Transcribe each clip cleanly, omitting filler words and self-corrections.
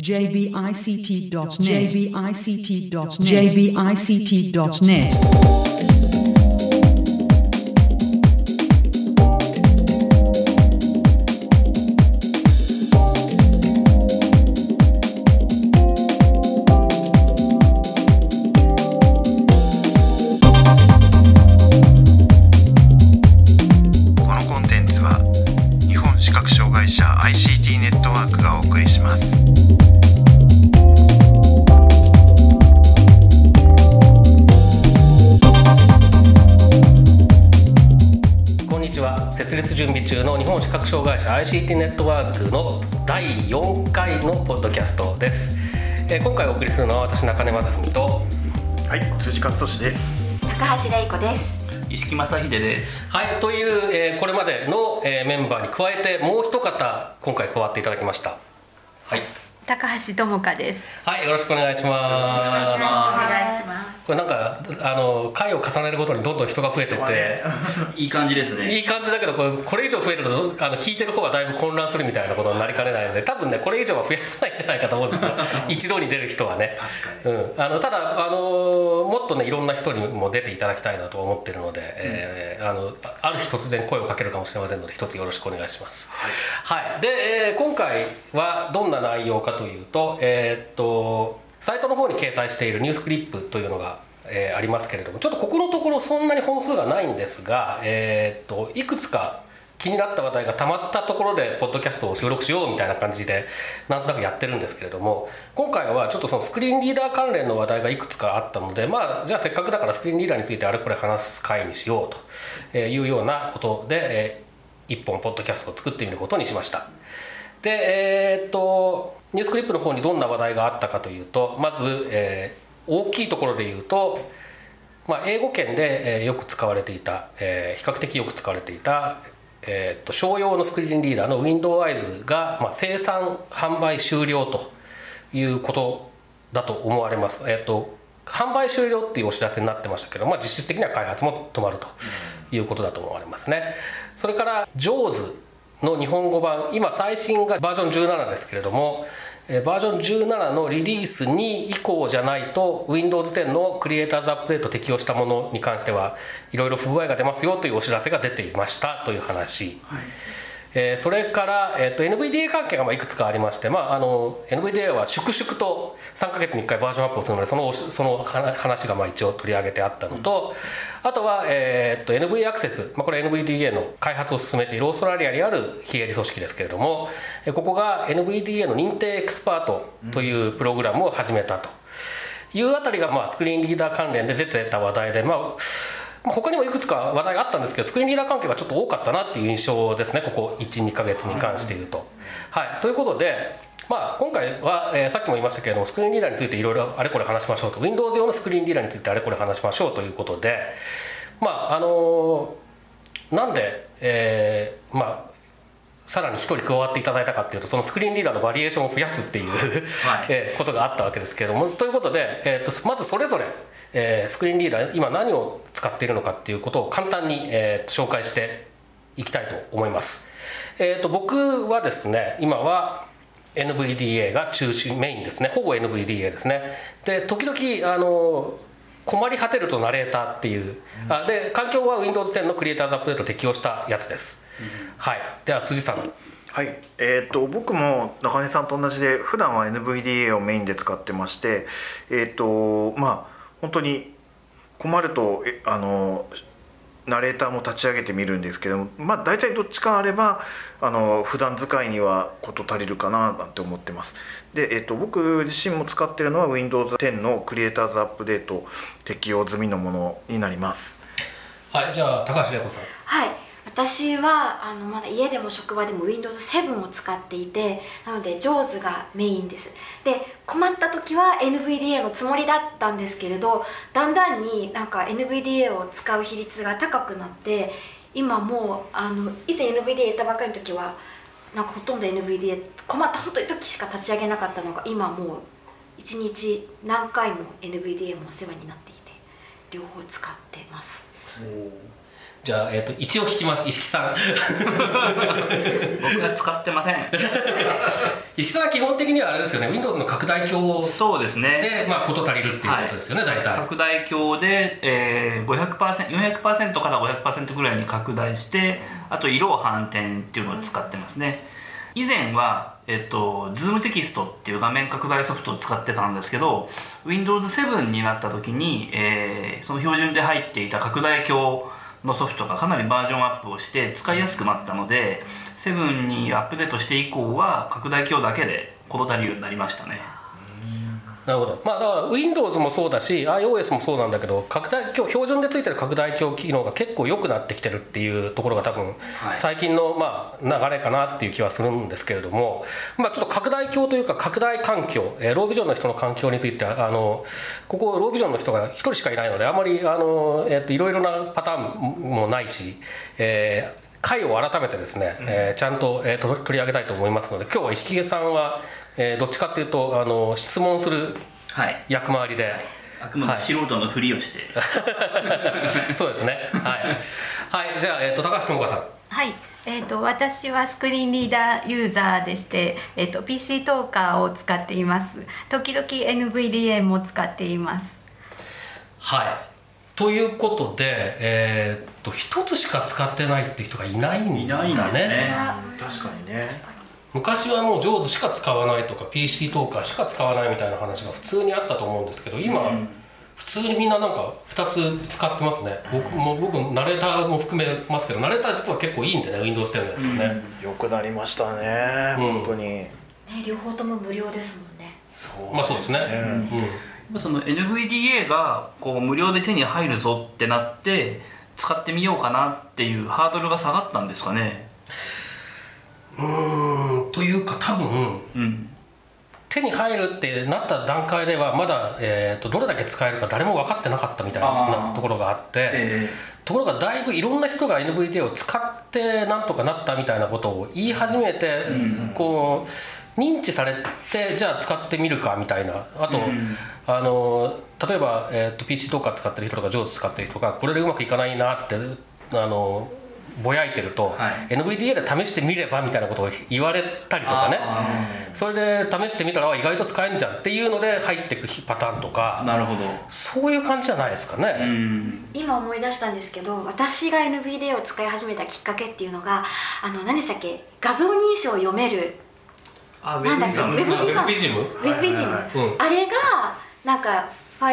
jbict.net 準備中の日本視覚障害者 ICT ネットワークの第4回のポッドキャストです。今回お送りするのは私中根正文と、 はい、辻勝利です。 高橋玲子です。 石木正秀です。 はい、という、これまでの、メンバーに加えてもう一方今回加わっていただきました。はい、 高橋智香です。 はい、よろしくお願いします。 お願いします。 これなんか回を重ねるごとにどんどん人が増えてて、 いい感じですね。 いい感じだけどこれ以上増えると聞いてる方はだいぶ混乱するみたいなことになりかねないので、多分ねこれ以上は増やさないんじゃないかと思うんですけど一度に出る人はね。 確かに、 ただもっとねいろんな人にも出ていただきたいなと思ってるので、ある日突然声をかけるかもしれませんので一つよろしくお願いします。はい、はい、で、今回はどんな内容かというと、サイトの方に掲載しているニュースクリップというのが、ありますけれども、ちょっとここのところそんなに本数がないんですが、いくつか気になった話題がたまったところでポッドキャストを収録しようみたいな感じでなんとなくやってるんですけれども、今回はちょっとそのスクリーンリーダー関連の話題がいくつかあったので、じゃあせっかくだからスクリーンリーダーについてあれこれ話す回にしようというようなことで、一本ポッドキャストを作ってみることにしました。で、ニュースクリップの方にどんな話題があったかというと、まず、大きいところで言うと、英語圏で、よく使われていた、比較的よく使われていた、商用のスクリーンリーダーの Windows が、生産販売終了ということだと思われます。販売終了っていうお知らせになってましたけど、実質的には開発も止まるということだと思われますね。それから JAWS の日本語版、今最新がバージョン17ですけれども、バージョン17のリリース2以降じゃないと Windows 10のクリエイターズアップデート適用したものに関してはいろいろ不具合が出ますよというお知らせが出ていましたという話、それから、NVDA 関係がいくつかありまして、NVDA は粛々と3ヶ月に1回バージョンアップをするのでその話が一応取り上げてあったのと、あとは、NV アクセス、これ NVDA の開発を進めているオーストラリアにある非営利組織ですけれども、ここが NVDA の認定エクスパートというプログラムを始めたというあたりが、スクリーンリーダー関連で出てた話題で、他にもいくつか話題があったんですけど、スクリーンリーダー関係がちょっと多かったなっていう印象ですね、ここ 1,2 ヶ月に関して言うと。ということで、今回は、さっきも言いましたけれども、スクリーンリーダーについていろいろあれこれ話しましょうと、 Windows 用のスクリーンリーダーについてあれこれ話しましょうということで、なんで、さらに1人加わっていただいたかっていうと、そのスクリーンリーダーのバリエーションを増やすっていう、ことがあったわけですけれども、ということで、まずそれぞれスクリーンリーダー今何を使っているのかっていうことを簡単に、紹介していきたいと思います。僕はですね、今は NVDA が中心メインですね。ほぼ NVDA ですね。で時々困り果てるとナレーターっていう、で環境は Windows 10のクリエイターズアップデート適用したやつです。では辻さん。 はい、僕も中根さんと同じで普段は NVDA をメインで使ってまして、本当に困るとナレーターも立ち上げてみるんですけども、大体どっちかあれば普段使いには事足りるかななんて思ってます。で、僕自身も使ってるのは Windows 10のクリエイターズアップデート適用済みのものになります。 じゃあ高橋玲子さん。 私はまだ家でも職場でも Windows 7を使っていて、なので JAWS がメインです。で困った時は NVDA のつもりだったんですけれど、だんだんにNVDA を使う比率が高くなって、今もう以前 NVDA 入れたばっかりの時はほとんど NVDA 困った本当に時しか立ち上げなかったのが、今もう1日何回も NVDA もお世話になっていて両方使ってます。 じゃあ、一応聞きます。石木さん僕は使ってません。 石木さんは基本的にはあれですよね、 Windows の拡大鏡そうですねで、まあ、事足りるっていうことですよね、大体拡大鏡で、400% から 500% ぐらいに拡大して、あと色を反転っていうのを使ってますね。以前は、Zoom テキストっていう画面拡大ソフトを使ってたんですけど、 Windows 7になった時に、その標準で入っていた拡大鏡のソフトがかなりバージョンアップをして使いやすくなったので、7にアップデートして以降は拡大鏡だけで事足りるようになりましたね。 なるほど。まあだから Windows もそうだし iOS もそうなんだけど、拡大鏡標準でついてる拡大鏡機能が結構良くなってきてるっていうところが多分最近のまあ流れかなっていう気はするんですけれども、まあちょっと拡大鏡というか拡大環境、ロービジョンの人の環境についてはここロービジョンの人が1人しかいないのであまりいろいろなパターンもないし、回を改めてですね、ちゃんと、取り上げたいと思いますので、今日は石木さんはどっちかっていうと質問する役回りで、 あくまで素人のふりをして、 そうですね、はい、じゃあ、高橋智香さん。 はい、私はスクリーンリーダーユーザーでして、PC トーカーを使っています。時々 NVDA も使っています。 はい、ということで、一つしか使ってないって人がいないんだね。 確かにね。 昔はもう JAWS しか使わないとか PC トーカーしか使わないみたいな話が普通にあったと思うんですけど、今、普通にみんななんか2つ使ってますね。僕ナレーターも含めますけど、ナレーター実は結構いいんでね、 Windows 10のやつはね、 よくなりましたね、本当にね、両方とも無料ですもんね。 まあそうですね、 その NVDA がこう無料で手に入るぞってなって使ってみようかなっていうハードルが下がったんですかね。 というか多分、手に入るってなった段階ではまだ、どれだけ使えるか誰も分かってなかったみたいなところがあって、ところがだいぶいろんな人が NVDA を使ってなんとかなったみたいなことを言い始めて、こう認知されて、じゃあ使ってみるかみたいな。あと、例えば、PC トーカー使ってる人とか JAWS 使ってる人がこれでうまくいかないなってぼやいてると、NVDA で試してみればみたいなことを言われたりとかね、それで試してみたら意外と使えるんじゃんっていうので入っていくパターンとか、 なるほど、 そういう感じじゃないですかね。 今思い出したんですけど、私が NVDA を使い始めたきっかけっていうのが何でしたっけ、画像認証を読める、なんだっけ、ウェブビズム、あれがなんか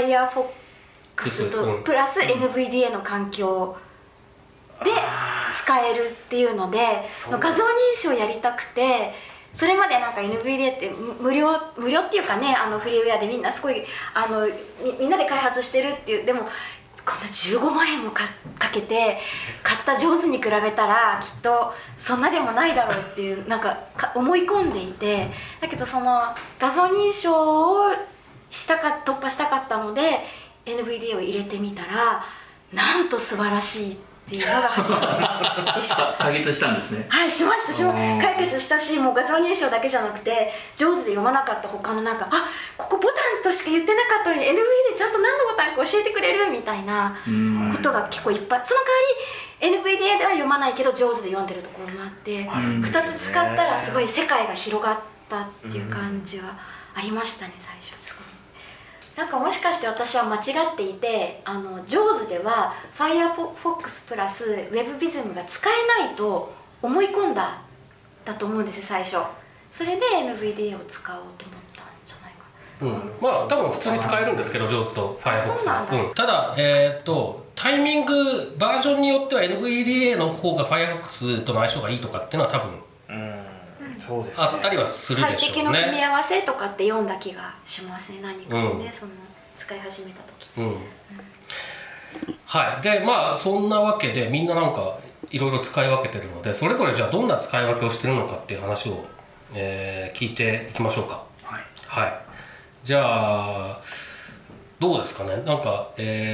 Firefox とプラス NVDA の環境で使えるっていうので、画像認証やりたくて、それまでなんか NVDA って無料っていうかね、フリーウェアでみんなすごいみんなで開発してるっていう、でもこんな15万円もかけて買ったJAWSに比べたらきっとそんなでもないだろうっていうなんか思い込んでいて、だけどその画像認証を突破したかったので NVDA を入れてみたら、なんと素晴らしいっていうのが始まりでした。 解決したんですね。 はい、しました。解決したし、もう画像認証だけじゃなくて JAWS で読まなかった他のなんか、ここボタンとしか言ってなかったのに NVDA でちゃんと何のボタンか教えてくれるみたいなことが結構いっぱい。その代わり NVDA では読まないけど JAWS で読んでるところもあって、2つ使ったらすごい世界が広がったっていう感じはありましたね、最初。なんかもしかして私は間違っていて、JAWS では Firefox プラス WebVism が使えないと思い込んだと思うんですよ、最初。それで NVDA を使おうと思ったんじゃないかな。 まあ多分普通に使えるんですけど JAWS と Firefox そうなんだ、 ただタイミングバージョンによっては NVDA の方が Firefox との相性がいいとかっていうのは多分そうですね、 あったりはするでしょうね。 最適の組み合わせとかって読んだ気がしますね、何かでね、その使い始めた時。 はい。でまあそんなわけでみんななんかいろいろ使い分けてるので、それぞれじゃあどんな使い分けをしてるのかっていう話を、聞いていきましょうか。はい。じゃあどうですかね。なんか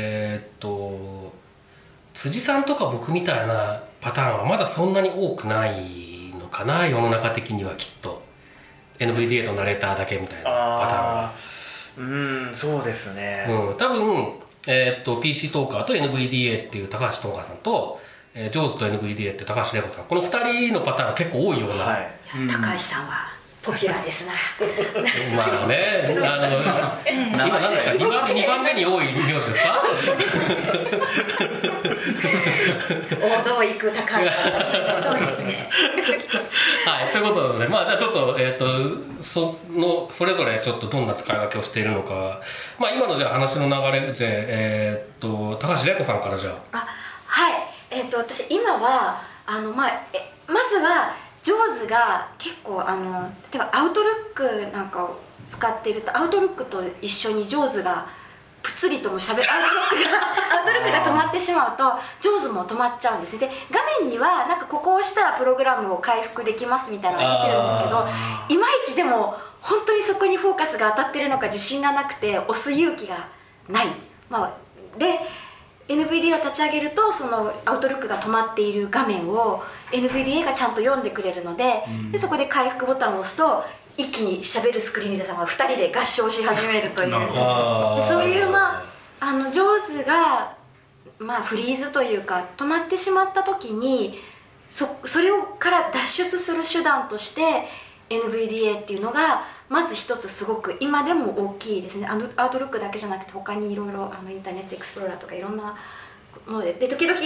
辻さんとか僕みたいなパターンはまだそんなに多くないかな、世の中的には。きっと NVDA とナレーターだけみたいなパターンは。 そうですね、 多分、PC トーカーと NVDA っていう高橋智香さんと、 ジョーズと NVDA って高橋玲子さん、この2人のパターンが結構多いような、 はい、 高橋さんはポピュラーですな。 まあね、今何ですか、2番目に多い名字ですか？ 王道行く高橋さん。 そうですね。 はい、ということで、じゃあちょっと、それぞれちょっとどんな使い分けをしているのか、今のじゃあ話の流れで、高橋玲子さんからじゃあ。 はい、私今はまずはジョーズが結構例えばアウトルックなんかを使っていると、アウトルックと一緒にジョーズがぷつりともしゃべる、アウトルックが止まってしまうとジョーズも止まっちゃうんですね。で画面にはなんかここを押したらプログラムを回復できますみたいなのが出てるんですけど、いまいちでも本当にそこにフォーカスが当たってるのか自信がなくて押す勇気がない、で NVDA を立ち上げるとそのアウトルックが止まっている画面を NVDA がちゃんと読んでくれるので、でそこで回復ボタンを押すと一気にしゃべるスクリーンリーダーさんが2人で合唱し始めるという、でそういうジョーズがフリーズというか止まってしまった時にそれから脱出する手段として NVDA っていうのがまず一つすごく今でも大きいですね。アウトルックだけじゃなくて他にいろいろインターネットエクスプローラーとかいろんなもので時々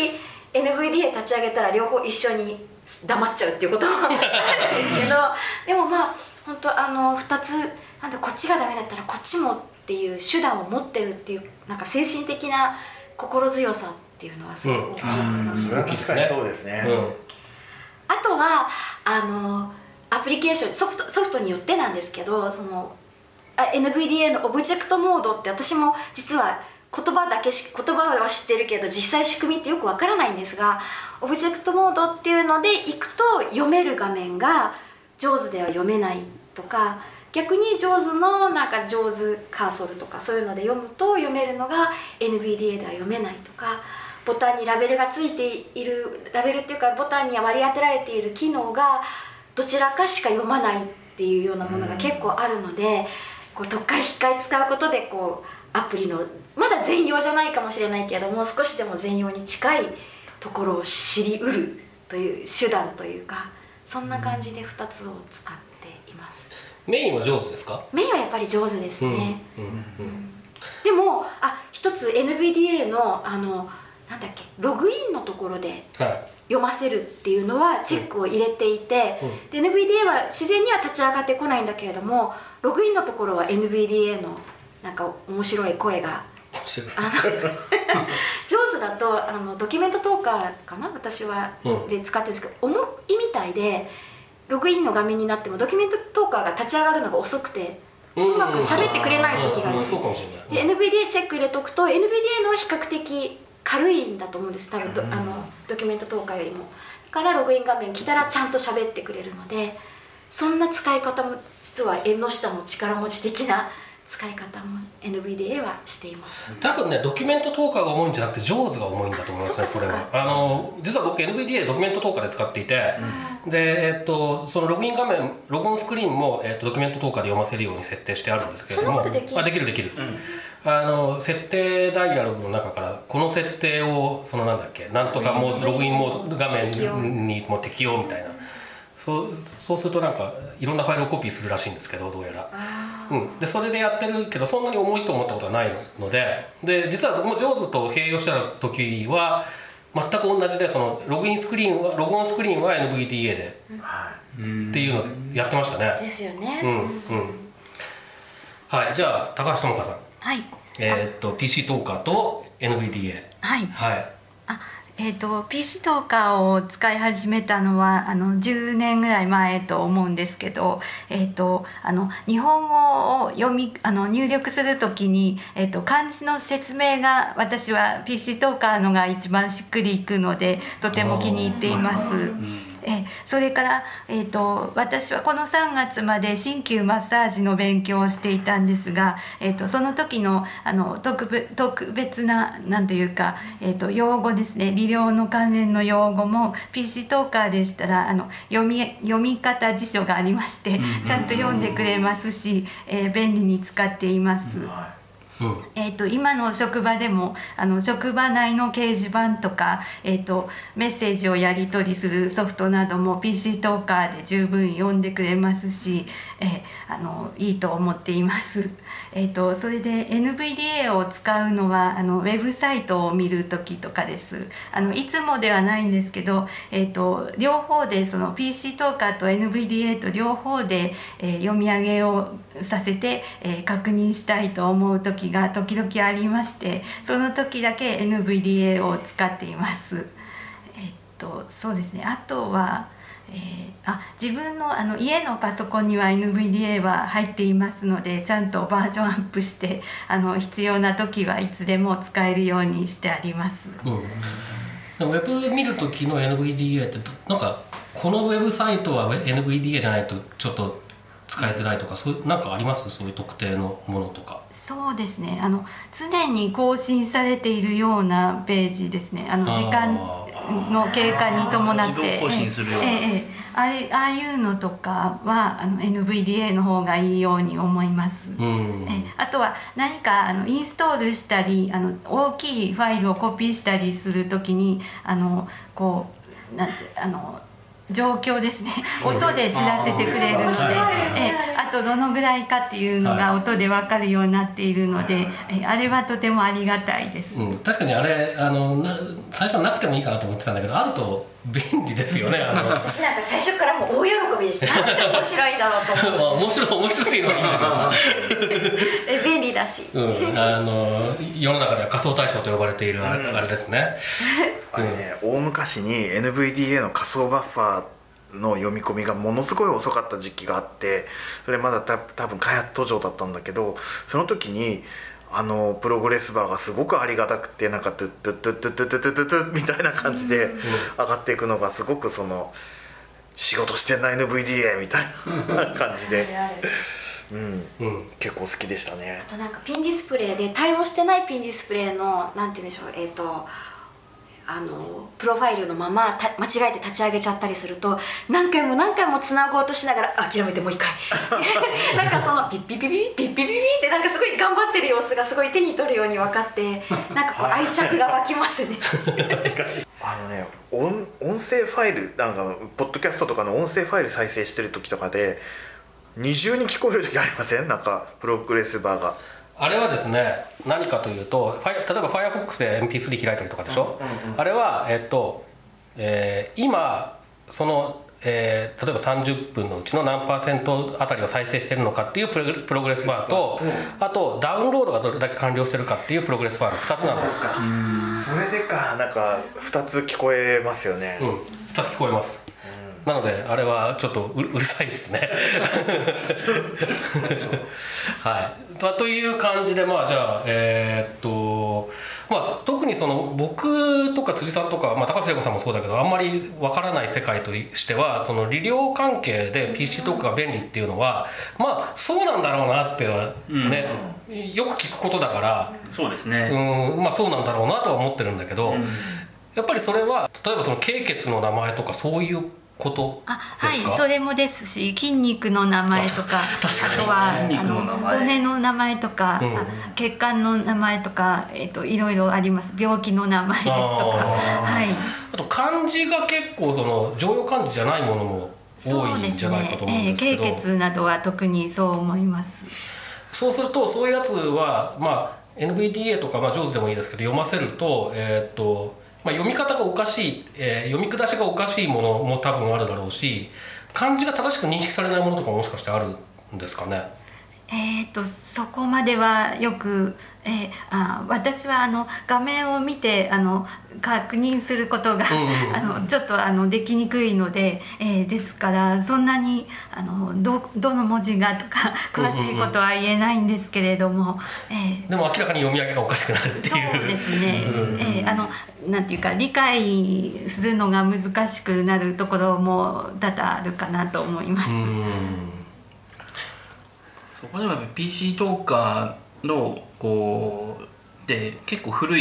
NVDA 立ち上げたら両方一緒に黙っちゃうっていうこともあるんですけどでも本当2つなんでこっちがダメだったらこっちもっていう手段を持ってるっていうなんか精神的な心強さっていうのはすごい大きいと思います。 それは確かにそうですね。 あとはアプリケーションソフトによってなんですけど、NVDA のオブジェクトモードって私も実は言葉は知ってるけど実際仕組みってよくわからないんですが、オブジェクトモードっていうのでいくと読める画面が上手では読めないとか、逆に上手のなんか上手カーソルとかそういうので読むと読めるのが NVDA では読めないとか、ボタンにラベルがついているラベルっていうかボタンに割り当てられている機能がどちらかしか読まないっていうようなものが結構あるので、特化引っかえ使うことでアプリのまだ全容じゃないかもしれないけども少しでも全容に近いところを知りうるという手段というか、そんな感じで2つを使っています。 メインは上手ですか？ メインはやっぱり上手ですね。でも一つ NVDA のなんだっけログインのところで読ませるっていうのはチェックを入れていて、で NVDA は自然には立ち上がってこないんだけれども、ログインのところは NVDA のなんか面白い声が上手だとドキュメントトーカーかな私はで使ってるんですけど、重いみたいでログインの画面になってもドキュメントトーカーが立ち上がるのが遅くてうまく喋ってくれない時があるんですよ。で NVDA チェック入れとくと NVDA のは比較的軽いんだと思うんです、多分ドキュメントトーカーよりも。だからログイン画面来たらちゃんと喋ってくれるので、そんな使い方も実は縁の下の力持ち的な使い方も NVDA はしています。 多分ねドキュメントトーカーが重いんじゃなくてジョーズが重いんだと思いますね。それは実は僕 NVDA ドキュメントトーカーで使っていて、でそのログイン画面ログオンスクリーンも、ドキュメントトーカーで読ませるように設定してあるんですけれども、 そんなことできる、 設定ダイアログの中からこの設定をなんとかモードログインモード画面にも適用みたいな、そうするとなんかいろんなファイルをコピーするらしいんですけど、どうやらでそれでやってるけどそんなに重いと思ったことはないので、実は僕もジョーズと併用した時は全く同じで、そのログオンスクリーンは NVDA でっていうのでやってましたね。 ですよね。 はい、じゃあ高橋智香さん。 はい。 PC トーカーと NVDA。 はい。 はい。 PC トーカーを使い始めたのは10年ぐらい前と思うんですけど、日本語を入力するときに、漢字の説明が私は PC トーカーのが一番しっくりいくのでとても気に入っています。それから、私はこの3月まで鍼灸マッサージの勉強をしていたんですが、その時の特別ななんというか、用語ですね、理療の関連の用語も PC トーカーでしたら読み方辞書がありまして、ちゃんと読んでくれますし、便利に使っています。 今の職場でも職場内の掲示板とか、メッセージをやり取りするソフトなども PC トーカーで十分読んでくれますし、いいと思っています。それで NVDA を使うのはウェブサイトを見るときとかです。いつもではないんですけど、両方でその PC トーカーと NVDA と両方で、読み上げをさせて、確認したいと思う時が時々ありまして、その時だけ NVDA を使っています。そうですね。あとは自分の家のパソコンには NVDA は入っていますので、ちゃんとバージョンアップして必要な時はいつでも使えるようにしてあります。 でもウェブ見る時の NVDA ってなんかこのウェブサイトは NVDA じゃないとちょっと使いづらいとか、そういうなんかあります？そういう特定のものとか。 そうですね。常に更新されているようなページですね。時間の経過に伴って自動更新するような、 ああいうのとかはNVDA の方がいいように思います。あとは何かインストールしたり大きいファイルをコピーしたりするときにこうなんて状況ですね、音で知らせてくれるので、あとどのぐらいかっていうのが音で分かるようになっているので、あれはとてもありがたいです。 確かにあれ最初はなくてもいいかなと思ってたんだけど、あると便利ですよね。 私なんか最初からもう大喜びでした。なんて面白いだろうと思って。 面白いのはいいんだけどさ便利だし、 世の中では仮想対象と呼ばれているあれですね。 あれね、大昔に NVDA の仮想バッファーの読み込みがものすごい遅かった時期があって、それまだ多分開発途上だったんだけど、その時にプログレスバーがすごくありがたくて、なんかトゥットゥットゥットゥットゥットゥットゥットゥッみたいな感じで上がっていくのがすごく仕事してんな NVDA みたいな感じで結構好きでしたね。 あとなんかピンディスプレイで対応してないピンディスプレイのなんて言うんでしょう、プロファイルのまま間違えて立ち上げちゃったりすると、何回もつなごうとしながら諦めてもう一回なんかピッピピピピッピピピってなんかすごい頑張ってる様子がすごい手に取るように分かって、なんかこう愛着が湧きますね確かに音声ファイルなんかポッドキャストとかの音声ファイル再生してる時とかで二重に聞こえる時ありません？なんかプログレスバーが。 あれはですね、何かというと、例えば Firefox で MP3 開いたりとかでしょ、あれは、今例えば30分のうちの何%あたりを再生しているのかっていうプログレスバーと、あとダウンロードがどれだけ完了してるかっていうプログレスバーの2つなんですよ。 それでなんか2つ聞こえますよね。 2つ聞こえます。なのであれはちょっと うるさいですねはい、という感じで、じゃあ特に僕とか辻さんとか、高橋玲子さんもそうだけど、あんまりわからない世界としては、利用関係で PC トークが便利っていうのはそうなんだろうなってね、よく聞くことだから、 そうですね、 そうなんだろうなとは思ってるんだけど、やっぱりそれは例えば経血の名前とかそういうことですか？ はい、それもですし、筋肉の名前とか、あとは骨の名前とか、血管の名前とか、いろいろあります。病気の名前ですとか、 あと漢字が結構常用漢字じゃないものも多いんじゃないかと思うんですけど、 経血などは特にそう思います。 そうするとそういうやつはNVDA とかJAWSでもいいですけど、読ませると読み方がおかしい、読み下しがおかしいものも多分あるだろうし、漢字が正しく認識されないものとかももしかしてあるんですかね？ そこまではよく、私は画面を見て確認することが、ちょっとできにくいので、ですからそんなにどの文字がとか詳しいことは言えないんですけれども、 でも明らかに読み上げがおかしくなるっていう。 そうですね、なんていうか理解するのが難しくなるところも多々あるかなと思います。 そこでもやっぱ PC トーカーので結構古い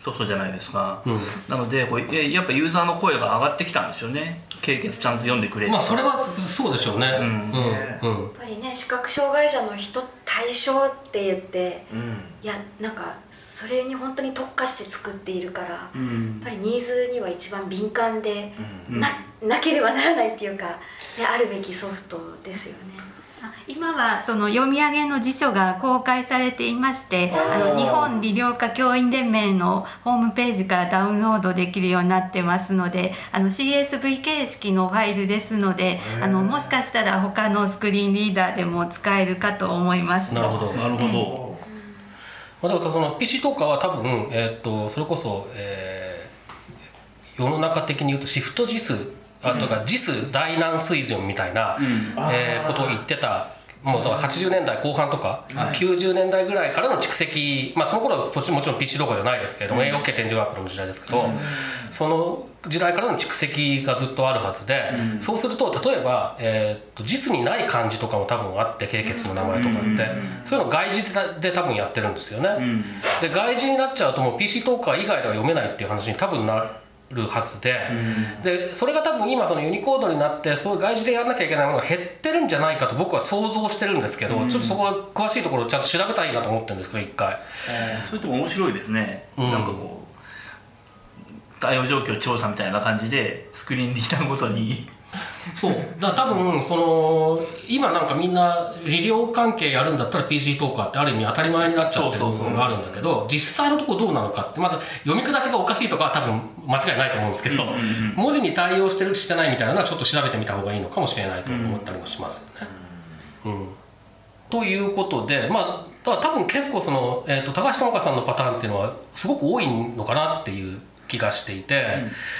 ソフトじゃないですか、 うん、 なのでこれやっぱユーザーの声が上がってきたんですよね。経血ちゃんと読んでくれる。 まあそれはそうでしょうね。 やっぱりね視覚障害者の人対象って言って、いやなんかそれに本当に特化して作っているから、やっぱりニーズには一番敏感で、なければならないっていうか、ね、あるべきソフトですよね。 今はその読み上げの辞書が公開されていまして、日本理療科教員連盟のホームページからダウンロードできるようになってますので、CSV 形式のファイルですので、もしかしたら他のスクリーンリーダーでも使えるかと思います。 なるほどなるほど。だからその PC とかは多分、それこそ、世の中的に言うとシフト時数とか時数大難水準みたいな、ことを言ってた。もう80年代後半とか、90年代ぐらいからの蓄積、その頃はもちろん PC とかじゃないですけれども、英語系天井アップルの時代ですけど、その時代からの蓄積がずっとあるはずで、そうすると例えば、JIS にない漢字とかも多分あって、経血の名前とかって、そういうの外字で多分やってるんですよね。で外字になっちゃうともう PC トーカー以外では読めないっていう話に多分なるはずで、でそれが多分今そのユニコードになってそういう外字でやらなきゃいけないものが減ってるんじゃないかと僕は想像してるんですけど、ちょっとそこは詳しいところをちゃんと調べたらいいなと思ってるんですけど、一回。 それとも面白いですね、なんかこう対応状況調査みたいな感じでスクリーンリーダーごとにそうだから多分その今なんかみんな理療関係やるんだったら PC トーカーってある意味当たり前になっちゃってる部分があるんだけど、実際のところどうなのかってまだ読み下しがおかしいとかは多分間違いないと思うんですけど、文字に対応してるしてないみたいなのはちょっと調べてみた方がいいのかもしれないと思ったりもしますよね。ということで、だから多分結構その、高橋智香さんのパターンっていうのはすごく多いのかなっていう気がしていて、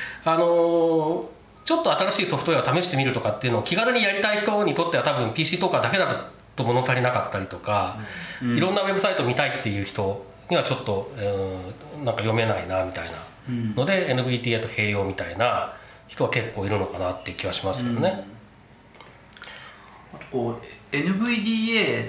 ちょっと新しいソフトウェアを試してみるとかっていうのを気軽にやりたい人にとっては多分 PC トーカーだけだと物足りなかったりとか、いろんなウェブサイト見たいっていう人にはちょっと、なんか読めないなみたいなので、NVDA と併用みたいな人は結構いるのかなっていう気はしますけどね。 あとこう NVDA って、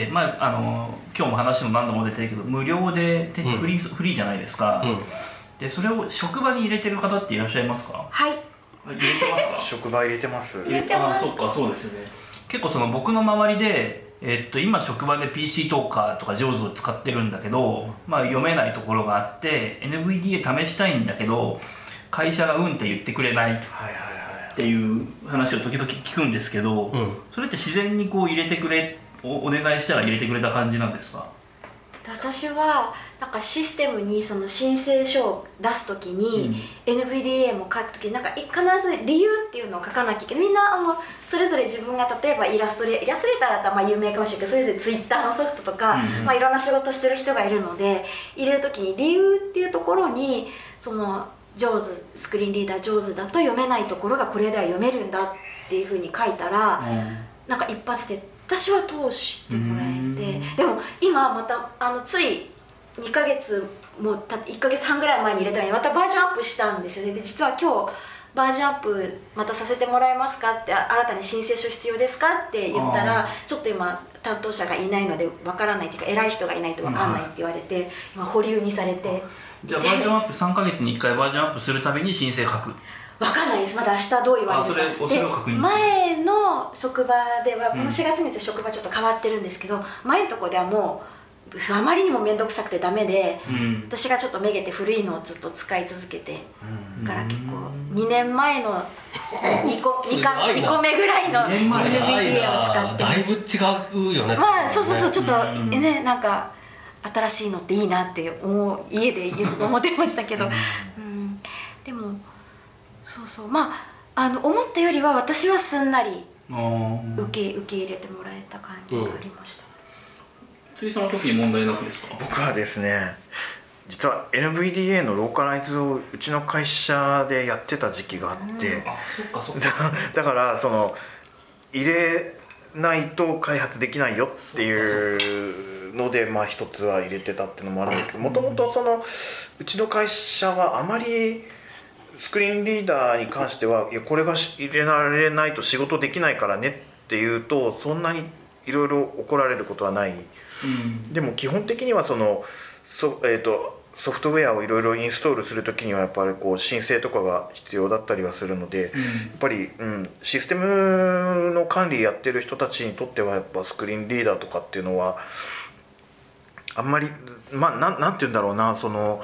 今日も話も何度も出てるけど無料でフリーじゃないですか、でそれを職場に入れてる方っていらっしゃいますか？ はい、 入れてますか？ 職場入れてます。 入れてます。 そうか、そうですよね。結構その僕の周りで、今職場で PC トーカーとか JAWS を使ってるんだけど、読めないところがあって NVDA 試したいんだけど会社がって言ってくれないっていう話を時々聞くんですけど、それって自然にこう入れてくれお願いしたら入れてくれた感じなんですか？ 私はなんかシステムにその申請書を出すときに、NVDA も書くときになんか必ず理由っていうのを書かなきゃいけない。みんなそれぞれ自分が例えばイラストレーターだったら有名かもしれないけど、それぞれ Twitter のソフトとか、いろんな仕事してる人がいるので、入れるときに理由っていうところにそのJAWSスクリーンリーダーJAWSだと読めないところがこれでは読めるんだっていうふうに書いたら、なんか一発で私は通してもらえて、でも今またつい2ヶ月もたって1ヶ月半ぐらい前に入れたのにまたバージョンアップしたんですよね。で実は今日バージョンアップまたさせてもらえますかって、新たに申請書必要ですかって言ったら、ちょっと今担当者がいないのでわからないっていうか、偉い人がいないとわからないって言われて、今保留にされて。 じゃあバージョンアップ3ヶ月に1回バージョンアップするたびに申請書く？ わかんないです。まだ明日どう言われるか。で前の職場ではこの4月に職場ちょっと変わってるんですけど、前のとこではもうあまりにも面倒くさくてダメで、私がちょっとめげて古いのをずっと使い続けて、から結構2年前の2個目ぐらいの NVDA を使ってだいぶ違うよね。 そうちょっとね、なんか新しいのっていいなって家で思ってましたけど、でも思ったよりは私はすんなり受け入れてもらえた感じがありました。 辻さんの時に問題なくですか？ 僕はですね、実は NVDA のローカライズをうちの会社でやってた時期があって、だからその入れないと開発できないよっていうので、一つは入れてたっていうのもあるんですけど、もともとそのうちの会社はあまりスクリーンリーダーに関しては、いやこれが入れられないと仕事できないからねっていうと、そんなにいろいろ怒られることはない、でも基本的にはそのフソフトウェアをいろいろインストールするときにはやっぱりこう申請とかが必要だったりはするので、やっぱり、システムの管理やってる人たちにとってはやっぱスクリーンリーダーとかっていうのはあんまりなんて言うんだろうな、その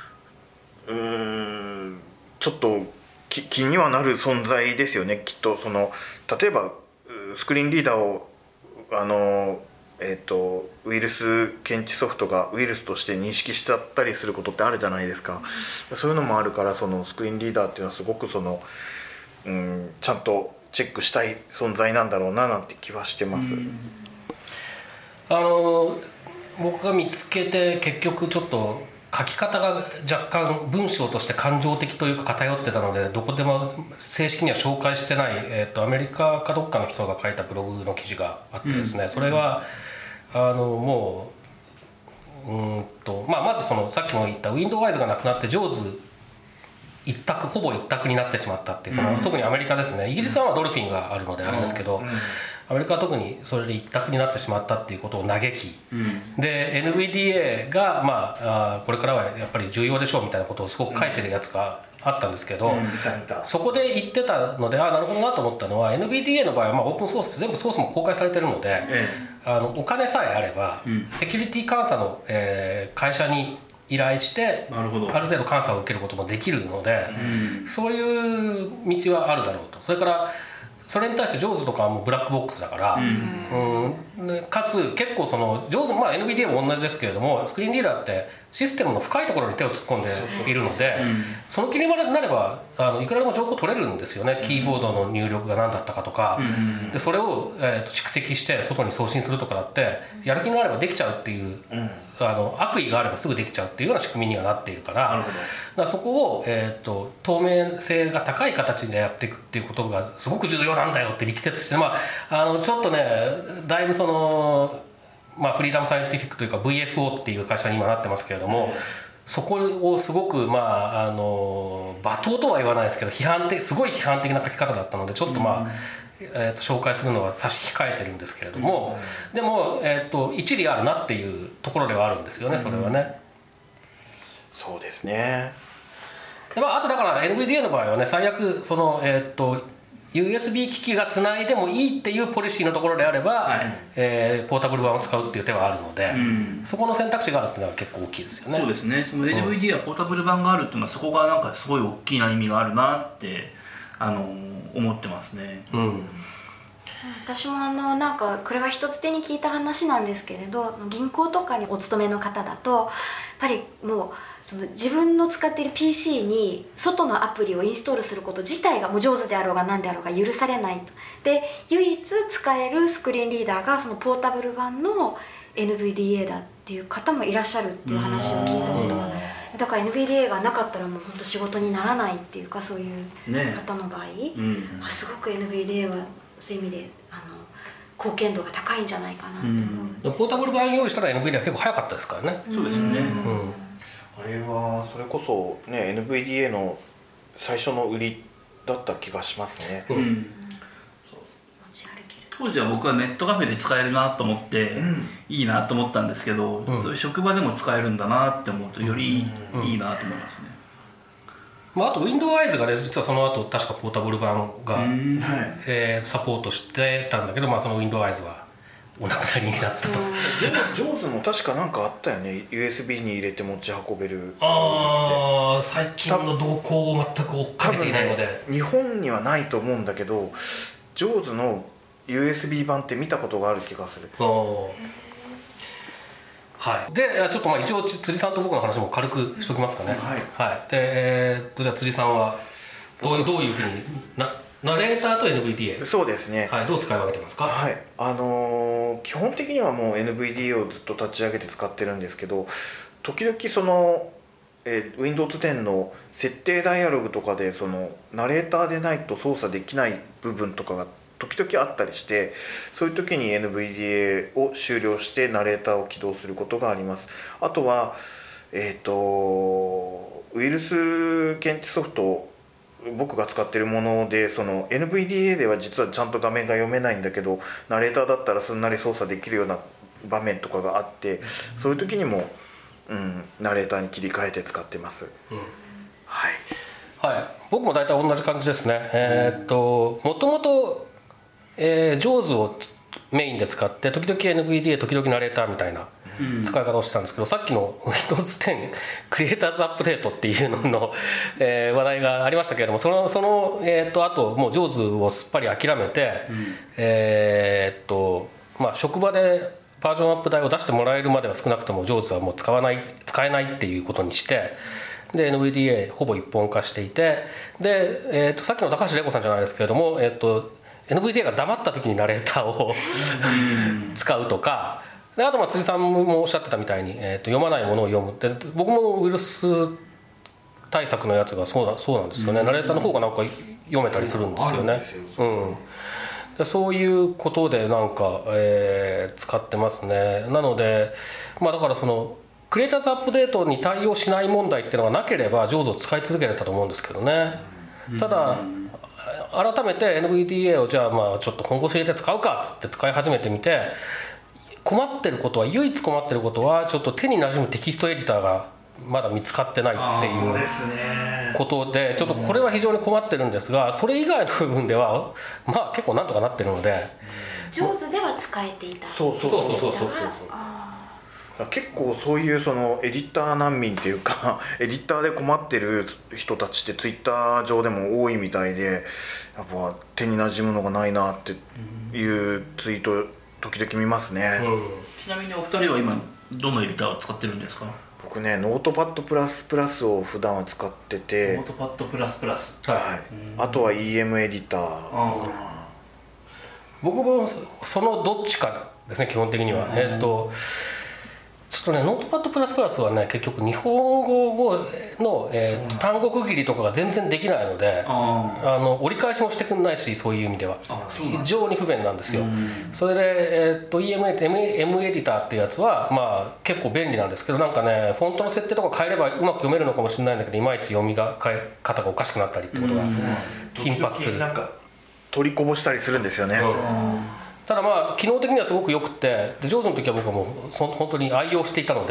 ちょっと気にはなる存在ですよね、きっと。その例えばスクリーンリーダーをウイルス検知ソフトがウイルスとして認識しちゃったりすることってあるじゃないですか。そういうのもあるから、そのスクリーンリーダーっていうのはすごくその、ちゃんとチェックしたい存在なんだろうななんて気はしてます。 僕が見つけて結局ちょっと書き方が若干文章として感情的というか偏ってたので、どこでも正式には紹介してない、アメリカかどっかの人が書いたブログの記事があってですね、それはもうまずそのさっきも言った Windows がなくなって JAWS ほぼ一択になってしまったっていう、特にアメリカですね。イギリスはドルフィンがあるのであれですけど、アメリカは特にそれで一択になってしまったっていうことを嘆き、で NVDA が、これからはやっぱり重要でしょうみたいなことをすごく書いてるやつがあったんですけど、そこで言ってたのでなるほどなと思ったのは、 NVDA の場合はオープンソースって全部ソースも公開されてるので、お金さえあれば、セキュリティ監査の、会社に依頼してある程度監査を受けることもできるので、そういう道はあるだろうと。それからそれに対して JAWS とかはもうブラックボックスだから、かつ結構その JAWS、NVDA も同じですけれども、スクリーンリーダーってシステムの深いところに手を突っ込んでいるので、その気になればいくらでも情報取れるんですよね。キーボードの入力が何だったかとか、でそれを、蓄積して外に送信するとかだってやる気になればできちゃうっていう、悪意があればすぐできちゃうっていうような仕組みにはなっているから、だからそこを、透明性が高い形でやっていくっていうことがすごく重要なんだよって力説して、ちょっとねだいぶその、フリーダムサイエンティフィックというか VFO っていう会社に今なってますけれども、そこをすごく罵倒とは言わないですけどすごい批判的な書き方だったので、ちょっと紹介するのは差し控えてるんですけれども、でも、一理あるなっていうところではあるんですよね、それはね。 そうですね。 であとだから NVDA の場合はね、最悪そのUSB 機器がつないでもいいっていうポリシーのところであれば、ポータブル版を使うっていう手はあるので、そこの選択肢があるっていうのは結構大きいですよね。 そうですね。その NVDA はポータブル版があるっていうのは、そこがなんかすごい大きな意味があるなって思ってますね。 私もなんかこれは一つ手に聞いた話なんですけれど、銀行とかにお勤めの方だとやっぱりもうその自分の使っている PC に外のアプリをインストールすること自体がもうJAWSであろうが何であろうが許されないと。で唯一使えるスクリーンリーダーがそのポータブル版の NVDA だっていう方もいらっしゃるっていう話を聞いたことが、だから NVDA がなかったらもう本当仕事にならないっていうか、そういう方の場合、すごく NVDA はそういう意味で貢献度が高いんじゃないかなと思う。 ポータブル版用意したら NVDA は結構早かったですからね。 そうですよね。 あれはそれこそね NVDA の最初の売りだった気がしますね。 当時は僕はネットカフェで使えるなと思って、いいなと思ったんですけど、そういう職場でも使えるんだなって思うとよりいいなと思いますね。 あと Windows がね、実はその後確かポータブル版が、サポートしてたんだけど、その Windows はお亡くなりになったと。でも JAWS も確かなんかあったよね、 USB に入れて持ち運べる。 最近の動向を全く追っかけていないので、 日本にはないと思うんだけど JAWS の USB 版って見たことがある気がする。 でちょっと一応辻さんと僕の話も軽くしときますかね。でじゃあ辻さんはどういうふうにナレーターと NVDA、 そうですね、 どう使い分けてますか？ 基本的にはもう NVDA をずっと立ち上げて使ってるんですけど、時々その、Windows 10の設定ダイアログとかでそのナレーターでないと操作できない部分とかが時々あったりして、そういう時に NVDA を終了してナレーターを起動することがあります。あとはウイルス検知ソフト、僕が使ってるもので、その NVDA では実はちゃんと画面が読めないんだけど、ナレーターだったらすんなり操作できるような場面とかがあって、そういう時にもナレーターに切り替えて使ってます、はい、 はい、僕も大体同じ感じですね。もともとJAWS をメインで使って時々 NVDA 時々ナレーターみたいな使い方をしてたんですけど、さっきの Windows 10クリエイターズアップデートっていうのの、話題がありましたけれども、そのあともう JAWS をすっぱり諦めて、職場でバージョンアップ代を出してもらえるまでは少なくとも JAWS はもう使えないっていうことにして、で NVDA ほぼ一本化していて、で、さっきの高橋玲子さんじゃないですけれども、NVDA が黙った時にナレーターを使うとかで、あと辻さんもおっしゃってたみたいに、読まないものを読むって、僕もウイルス対策のやつがそうなんですよね、ナレーターの方がなんか読めたりするんですよね。そういうことでなんか、使ってますね。なので、だからそのクリエイターズアップデートに対応しない問題っていうのがなければ JAWS を使い続けてたと思うんですけどね。ただ改めて NVDA をじゃあちょっと本腰入れて使うかっつって使い始めてみて、唯一困ってることはちょっと手に馴染むテキストエディターがまだ見つかってないっていうことで、ちょっとこれは非常に困ってるんですが、それ以外の部分では結構なんとかなってるので、 JAWS では使えていた。 そう結構そういうそのエディター難民っていうかエディターで困ってる人たちってツイッター上でも多いみたいで、やっぱ手に馴染むのがないなっていうツイート時々見ますね。 ちなみにお二人は今どのエディターを使ってるんですか？ 僕ね、ノートパッドプラスプラスを普段は使ってて、 ノートパッドプラスプラス、 はい、あとは EM エディターかな。 僕もそのどっちかですね、基本的には。ちょっとね、ノートパッドプラスプラスはね、結局日本語の、単語区切りとかが全然できないので、折り返しもしてくんないし、そういう意味では非常に不便なんですよ。それで、M エディターっていうやつは、結構便利なんですけど、なんかね、フォントの設定とか変えればうまく読めるのかもしれないんだけど、いまいち読み方がおかしくなったりってことが頻発する。 なんか取りこぼしたりするんですよね。 ただ機能的にはすごくよくて、JAWSの時は僕はもう本当に愛用していたので、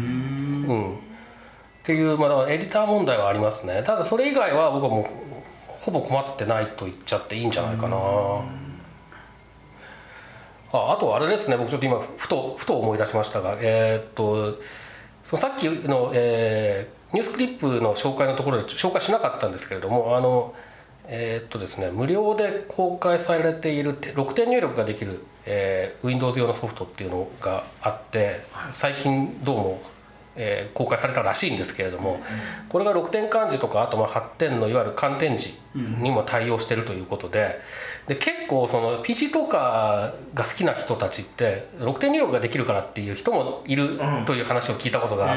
っていう、だからエディター問題はありますね。ただそれ以外は僕はもうほぼ困ってないと言っちゃっていいんじゃないかな。あとあれですね、僕ちょっと今ふと思い出しましたが、そのさっきの、ニュースクリップの紹介のところで紹介しなかったんですけれども、ですね、無料で公開されている6点入力ができる、Windows 用のソフトっていうのがあって、最近どうも、公開されたらしいんですけれども、これが6点漢字とか、あと8点のいわゆる漢点字にも対応しているということで、結構その PC とかが好きな人たちって6点入力ができるからっていう人もいるという話を聞いたことがあって、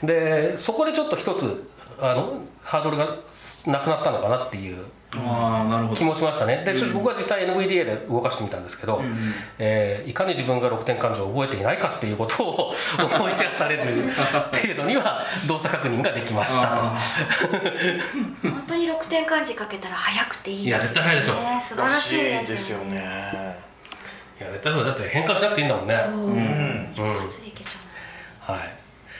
でそこでちょっと一つハードルがなくなったのかなっていう気もしましたね。で僕は実際 NVDA で動かしてみたんですけど、いかに自分が6点漢字を覚えていないかっていうことを思い知らされる程度には動作確認ができました。 本当に6点漢字書けたら早くていいですね。 いや絶対早いでしょ。 素晴らしいですよね。 いや絶対そうだって変換しなくていいんだもんね。 一発でいけちゃう。 はい。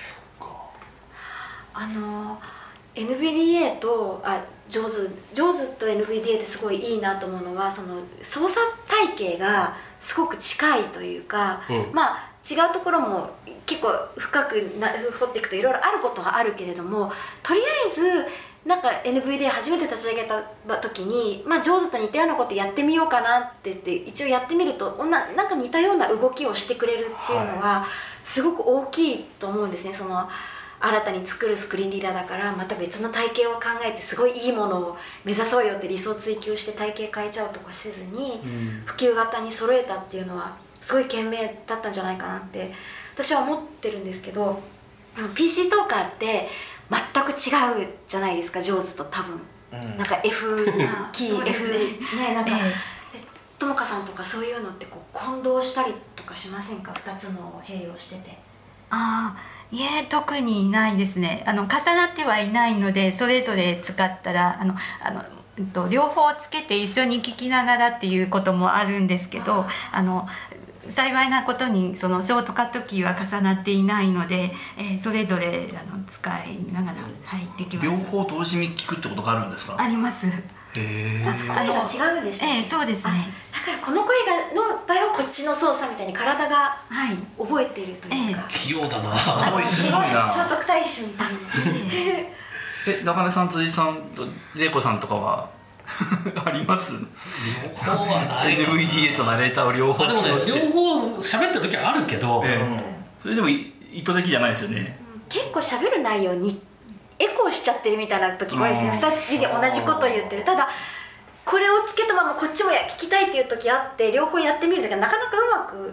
NVDA とJAWS と NVDA ってすごいいいなと思うのは、その操作体系がすごく近いというか、違うところも結構深く掘っていくといろいろあることはあるけれども、とりあえずなんか NVDA 初めて立ち上げた時に、JAWS と似たようなことやってみようかなって言って一応やってみるとなんか似たような動きをしてくれるっていうのはすごく大きいと思うんですね。その新たに作るスクリーンリーダーだからまた別の体系を考えてすごいいいものを目指そうよって理想追求して体系変えちゃうとかせずに普及型に揃えたっていうのはすごい賢明だったんじゃないかなって私は思ってるんですけど、PC トーカーって全く違うじゃないですか、JAWSと多分、なんか F キーF ね、なんかともかさんとかそういうのってこう混同したりとかしませんか、2つのを併用してて。 いえ、特にないですね。重なってはいないので、それぞれ使ったら両方つけて一緒に聞きながらっていうこともあるんですけど、 幸いなことにそのショートカットキーは重なっていないので、それぞれ使いながら、できます。 両方同時に聞くってことがあるんですか？ あります。 2つ声が違うんでしたっけ？ そうですね。 だからこの声の場合はこっちの操作みたいに体が覚えているというか、 器用だな。すごいな。 聖徳太子みたいな。 中根さん、辻さん、玲子さんとかはあります？ 両方はない。 NVDA とナレーターを両方でもね、両方喋ってる時はあるけど、 それでも意図的じゃないですよね。 結構喋る内容にエコーしちゃってるみたいな時が多いですね。2人で同じことを言ってる。ただこれをつけたままこっちも聞きたいっていう時あって、両方やってみる時はなかなかうまく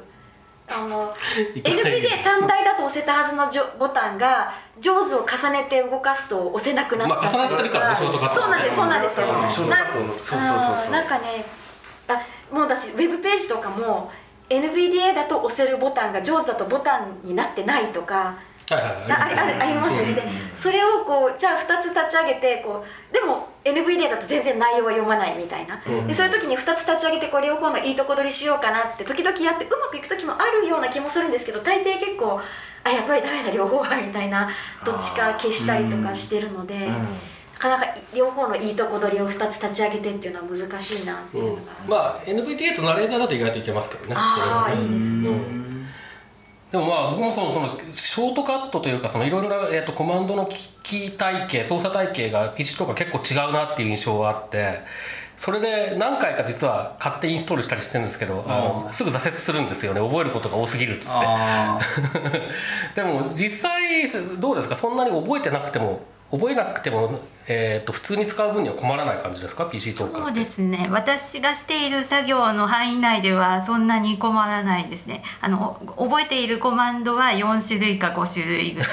NVDA 単体だと押せたはずのボタンが上手を重ねて動かすと押せなくなっちゃったりとか、 重なってるからね、ショートカット。 そうなんですよ。 ショートカットのそうなんかね、もう私ウェブページとかも NVDA だと押せるボタンが上手だとボタンになってないとかありますよね。でそれをじゃあ2つ立ち上げてでも NVDA だと全然内容は読まないみたいな、でそういう時に2つ立ち上げて両方のいいとこ取りしようかなって時々やってうまくいく時もあるような気もするんですけど、大抵結構やっぱりダメだ両方はみたいな、どっちか消したりとかしてるので、なかなか両方のいいとこ取りを2つ立ち上げてっていうのは難しいなっていうのが、 NVDA とナレーターだと意外といけますけどね。 いいですね。 でも僕もそのショートカットというかいろいろなコマンドのキー体系、操作体系が PC とか結構違うなっていう印象があって、それで何回か実は買ってインストールしたりしてるんですけど、すぐ挫折するんですよね。覚えることが多すぎるっつってでも実際どうですか？そんなに覚えなくても普通に使う分には困らない感じですか？ PC とか。 そうですね、私がしている作業の範囲内ではそんなに困らないですね。覚えているコマンドは4種類か5種類ぐらい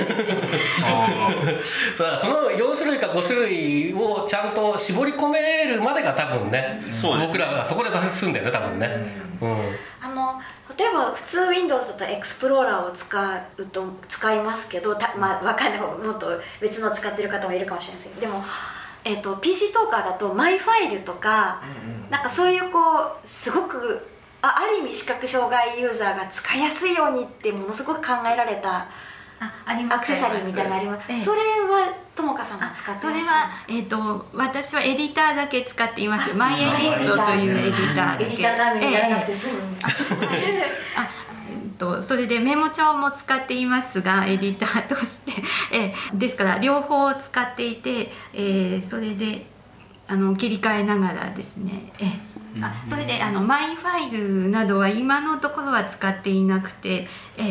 その4種類か5種類をちゃんと絞り込めるまでが多分ね、僕らがそこで挫折するんだよね、多分ね。 例えば普通 Windows だとエクスプローラーを使いますけど、わかんない、もっと別の使ってる方もいるかもしれません。でも、PC トーカーだとマイファイルとか、なんかそういうすごくある意味視覚障害ユーザーが使いやすいようにってものすごく考えられたアクセサリーみたいなのあります。それはともかさんも使ってますか？ それは、私はエディターだけ使っています。マイエディットというエディターだけ。 エディターダメにならなくて済む。 それでメモ帳も使っていますが、エディターとしてですから両方使っていて、それで切り替えながらですね、それでマイファイルなどは今のところは使っていなくて、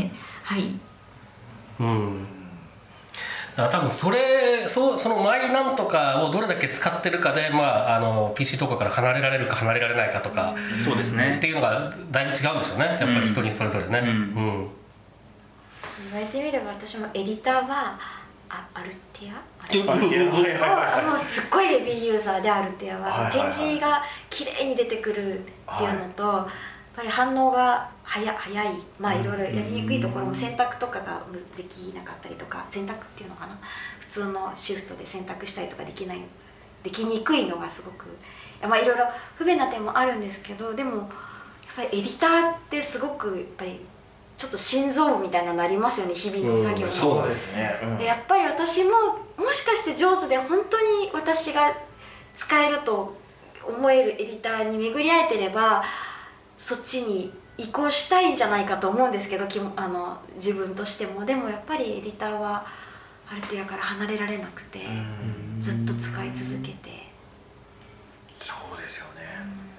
だから多分そのマイなんとかをどれだけ使ってるかで、PC とかから離れられるか離れられないかとか、 そうですね、 っていうのがだいぶ違うんですよね、やっぱり人にそれぞれね。 言われてみれば私もエディターはアルテアもうすっごいヘビーユーザーで、アルテアは展示が綺麗に出てくるっていうのと、やっぱり反応が早い、いろいろやりにくいところも選択とかができなかったりとか、選択っていうのかな、普通のシフトで選択したりとかできにくいのがすごくいろいろ不便な点もあるんですけど、でもやっぱりエディターってすごくやっぱりちょっと心臓みたいなのありますよね、日々の作業に。 そうですね。 でやっぱり私ももしかして上手で本当に私が使えると思えるエディターに巡り合えてればそっちに移行したいんじゃないかと思うんですけど、自分としても。でもやっぱりエディターはアルテアから離れられなくて、ずっと使い続けて。 そうですよね。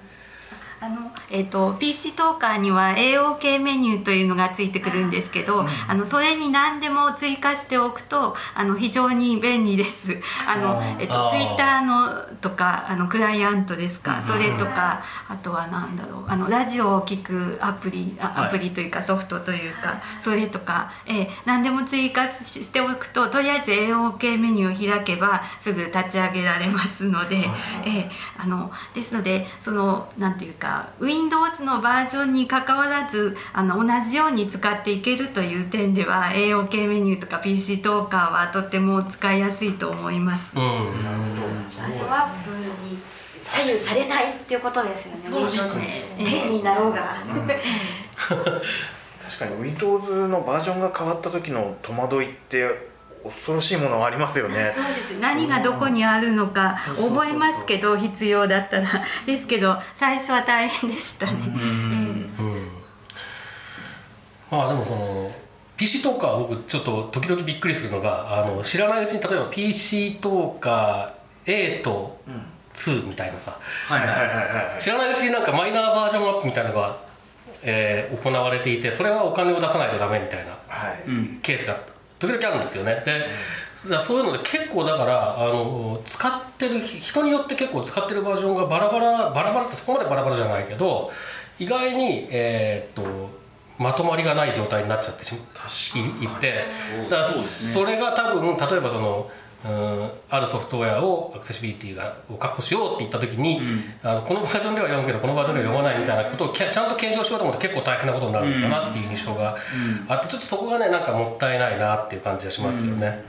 PC トーカーには AOK メニューというのがついてくるんですけど、それに何でも追加しておくと非常に便利です。Twitter のとかクライアントですか、それとか、あとは何だろう、ラジオを聞くアプリというかソフトというか、それとか、何でも追加しておくと、とりあえず AOK メニューを開けばすぐ立ち上げられますので、ですのでなんていうかWindows のバージョンにかかわらず同じように使っていけるという点では AOK メニューとか PC トーカーはとっても使いやすいと思います。 バージョンアップに左右されないっていうことですよね。 そうですね。 手になろうが確かに Windows のバージョンが変わった時の戸惑いって恐ろしいものがありますよね。 そうです。何がどこにあるのか覚えますけど、必要だったらですけど最初は大変でしたね。 まあでもその PC トーカー僕ちょっと時々びっくりするのが知らないうちに例えば PC トーカー A と2みたいなさ、知らないうちになんかマイナーバージョンアップみたいなのが、行われていて、それはお金を出さないとダメみたいな、ケースが時々あるんですよね。でそういうので結構だから使ってる人によって結構使ってるバージョンがバラバラってそこまでバラバラじゃないけど意外にまとまりがない状態になっちゃっていて、だからそれが多分例えばそのあるソフトウェアをアクセシビリティを確保しようって言った時に、このバージョンでは読むけどこのバージョンでは読まないみたいなことをちゃんと検証しようと思うと結構大変なことになるのかなっていう印象があって、ちょっとそこがねなんかもったいないなっていう感じがしますよね。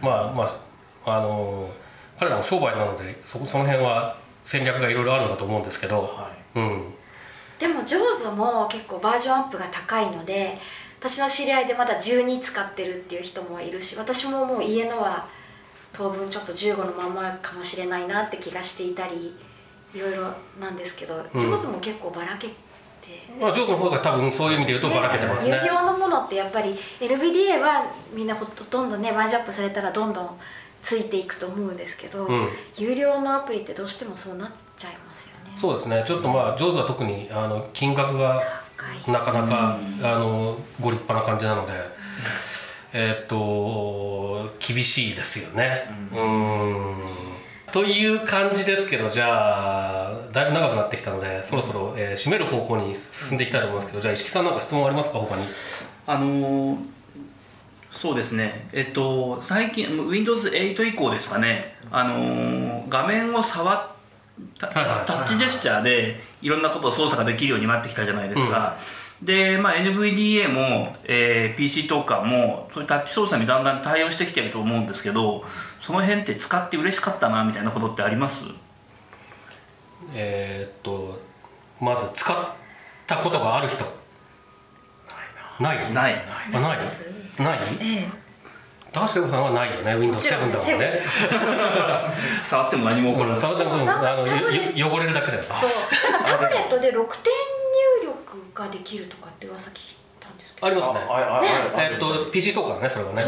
彼らも商売なのでその辺は戦略がいろいろあるんだと思うんですけど、 でも JAWS も結構バージョンアップが高いので、私の知り合いでまだ12使ってるっていう人もいるし、私ももう家のは当分ちょっと15のままかもしれないなって気がしていたりいろいろなんですけど、JAWS も結構ばらけて、 JAWS の方が多分そういう意味で言うとばらけてますね。 有料のものってやっぱり NVDA はみんなほとんどねバージョンアップされたらどんどんついていくと思うんですけど、有料のアプリってどうしてもそうなっちゃいますよね。 そうですね。ちょっとJAWS は特に金額がなかなかご立派な感じなので、厳しいですよね。という感じですけど、じゃあだいぶ長くなってきたのでそろそろ、締める方向に進んでいきたいと思いますけど、じゃあ石木さんなんか質問ありますか他に。 そうですね、最近 Windows8 以降ですかね、画面をタッチジェスチャーでいろんなことを操作ができるようになってきたじゃないですか。で、NVDA も、PC トーカーもそういうタッチ操作にだんだん対応してきてると思うんですけど、その辺って使って嬉しかったなみたいなことってあります？ まず使ったことがある人ない高橋玲子さんはないよね。 Windows 7だもんね。 触っても何も起こらない。 触っても汚れるだけだよ。 そうタブレットで6点入力ができるとかって噂聞いたんですけど。 ありますね。PC トーカーね、それはね。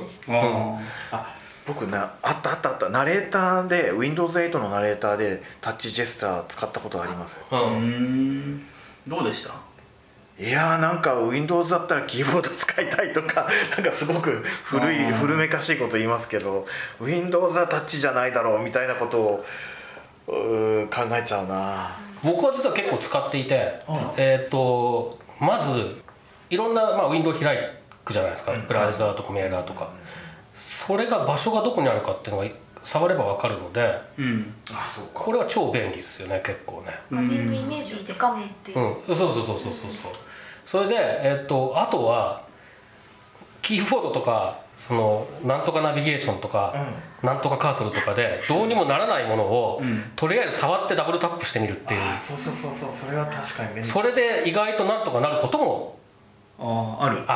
僕あったナレーターで Windows 8のナレーターでタッチジェスチャー使ったことあります。 どうでした？ いやなんか Windows だったらキーボード使いたいとかなんかすごく古めかしいこと言いますけど、 Windows はタッチじゃないだろうみたいなことを考えちゃうな。 僕は実は結構使っていて、まずいろんな、ウィンドウ開くじゃないですか、ブラウザーとかメーラーとか、それが場所がどこにあるかっていうのが触れば分かるので、これは超便利ですよね。結構ね画面のイメージをつかむっていう、 そうそれで、あとはキーボードとかそのなんとかナビゲーションとか、なんとかカーソルとかでどうにもならないものを、とりあえず触ってダブルタップしてみるっていう。 そうそれは確かに便利。 それで意外となんとかなることもある。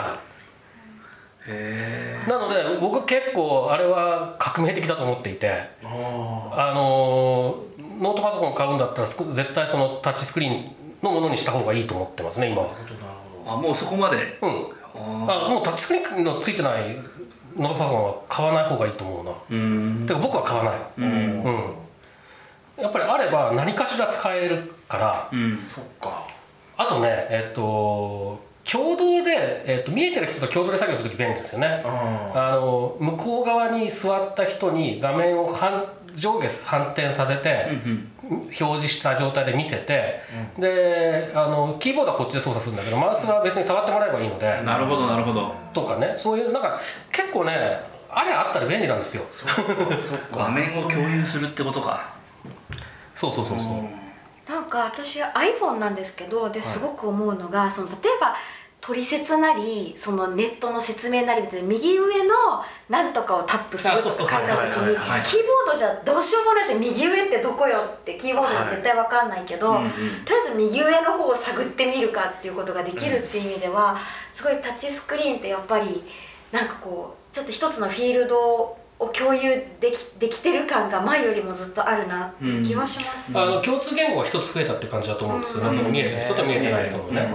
なので僕結構あれは革命的だと思っていて、ノートパソコンを買うんだったら絶対そのタッチスクリーンのものにした方がいいと思ってますね今は。 もうそこまで。 もうタッチスクリーンのついてないノートパソコンは買わない方がいいと思うな。てか僕は買わない。やっぱりあれば何かしら使えるから。 そっか。 あとね共同で、見えてる人と共同で作業するとき便利ですよね。向こう側に座った人に画面を上下反転させて、表示した状態で見せて、でキーボードはこっちで操作するんだけどマウスは別に触ってもらえばいいので。 なるほどとかね、そういうなんか結構ねあれあったら便利なんですよ。 画面を共有するってことか。 そうなんか私は iPhone なんですけど、ですごく思うのが、その例えば取説なりそのネットの説明なりみたいな右上の何とかをタップするとか書いた時にキーボードじゃどうしようもないし右上ってどこよってキーボードじゃ絶対分かんないけど、とりあえず右上の方を探ってみるかっていうことができるっていう意味ではすごいタッチスクリーンってやっぱりなんかこうちょっと一つのフィールドを共有できてる感が前よりもずっとあるなっていう気はします、 共通言語が一つ増えたって感じだと思うんですよね、その見えてる人と見えてない人もね。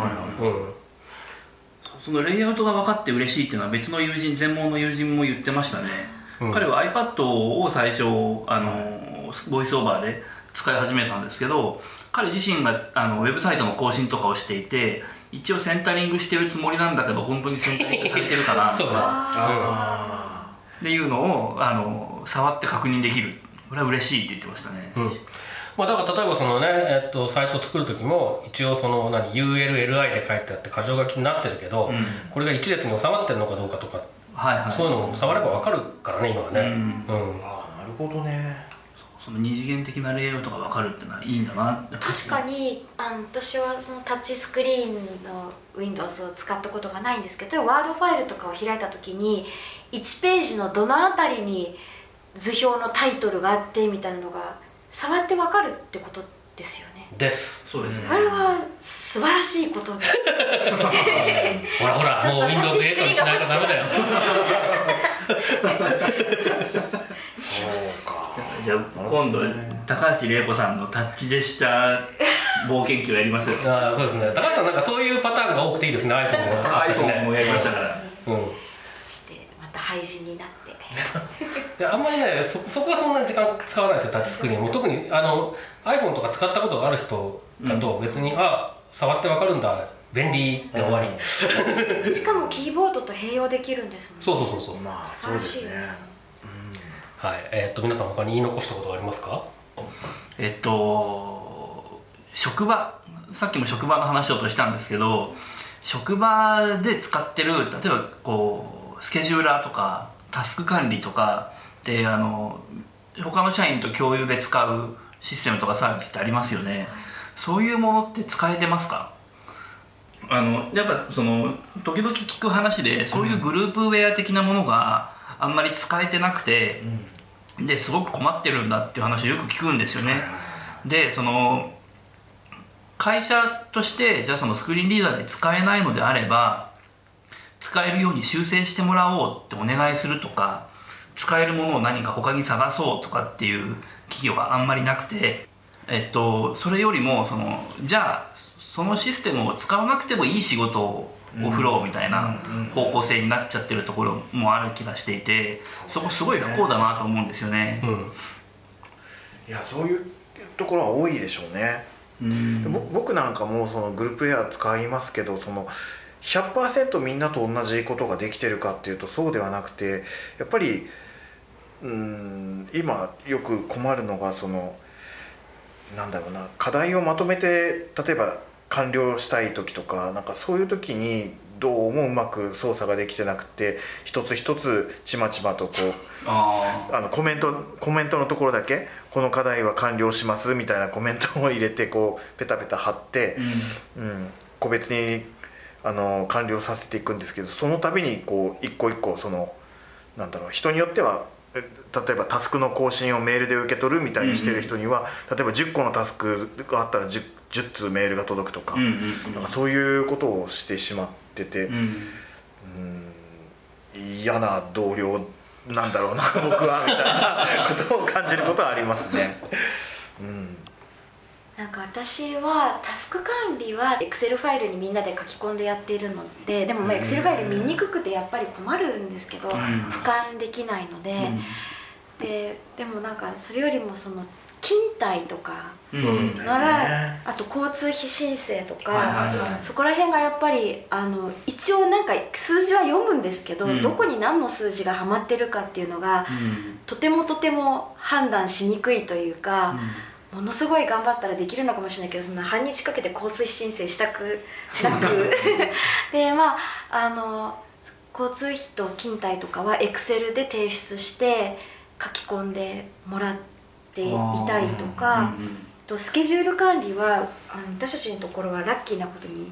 そのレイアウトが分かって嬉しいっていうのは別の友人、全盲の友人も言ってましたね、彼は iPad を最初ボイスオーバーで使い始めたんですけど、彼自身がウェブサイトの更新とかをしていて一応センタリングしてるつもりなんだけど本当にセンタリングされてるかなとかっていうのを触って確認できる、これは嬉しいって言ってましたね。 だから例えばそのね、サイトを作る時も一応そのULLI で書いてあって箇条書きになってるけど、これが一列に収まってるのかどうかとか、そういうのも触れば分かるからね今はね。 なるほどね。 その二次元的なレイアウトが分かるってのはいいんだな。 確かに私はそのタッチスクリーンの Windows を使ったことがないんですけど、ワードファイルとかを開いた時に1ページのどのあたりに図表のタイトルがあってみたいなのが触って分かるってことですよね。 です。 そうですね。 あれは素晴らしいことでほらほら、もう Windows 8にしないとダメだよそうか。 じゃあ今度高橋玲子さんのタッチジェスチャー冒険記をやりますよそうですね。高橋さんなんかそういうパターンが多くていいですね。iPhone もあったしね。 iPhone もやりましたから。 そしてまた廃人になっていやあんまりね、そこはそんなに時間使わないですよ、タッチスクリーンも。特にiPhone とか使ったことがある人だと別に、触ってわかるんだ、便利で終わりしかもキーボードと併用できるんですもんね。 そう素晴らしいですね。 はい、皆さん他に言い残したことはありますか？ 職場、さっきも職場の話をとしたんですけど、職場で使ってる例えばこうスケジューラーとかタスク管理とかで他の社員と共有で使うシステムとかサービスってありますよね。そういうものって使えてますか？やっぱその時々聞く話でそういうグループウェア的なものがあんまり使えてなくて、ですごく困ってるんだっていう話をよく聞くんですよね。でその会社としてじゃあそのスクリーンリーダーで使えないのであれば使えるように修正してもらおうってお願いするとか、使えるものを何か他に探そうとかっていう企業はあんまりなくて、それよりもじゃあそのシステムを使わなくてもいい仕事を振ろうみたいな方向性になっちゃってるところもある気がしていて、そこすごい不幸だなと思うんですよね。 いやそういうところは多いでしょうね。僕なんかもそのグループウェア使いますけど、その 100% みんなと同じことができてるかっていうとそうではなくて、やっぱり今よく困るのがなんだろうな、課題をまとめて例えば完了したい時とか、なんかそういう時にどうもうまく操作ができてなくて、一つ一つちまちまとこうコメントのところだけこの課題は完了しますみたいなコメントを入れてこうペタペタ貼って、個別に完了させていくんですけど、その度にこう一個一個なんだろう、人によっては例えばタスクの更新をメールで受け取るみたいにしてる人には、例えば10個のタスクがあったら 10通メールが届くとか、なんかそういうことをしてしまってて、嫌な同僚なんだろうな僕はみたいなことを感じることはありますね。 なんか私はタスク管理は Excel ファイルにみんなで書き込んでやっているので、でもExcel ファイル見にくくてやっぱり困るんですけど、俯瞰できないので、でもなんかそれよりもその勤怠とかなら、あと交通費申請とか、そこら辺がやっぱり一応なんか数字は読むんですけど、どこに何の数字がはまってるかっていうのが、とても判断しにくいというか、ものすごい頑張ったらできるのかもしれないけど、そんな半日かけて交通費申請したくなくで交通費と勤怠とかは Excel で提出して書き込んでもらっていたりとか、とスケジュール管理は私たちのところはラッキーなことに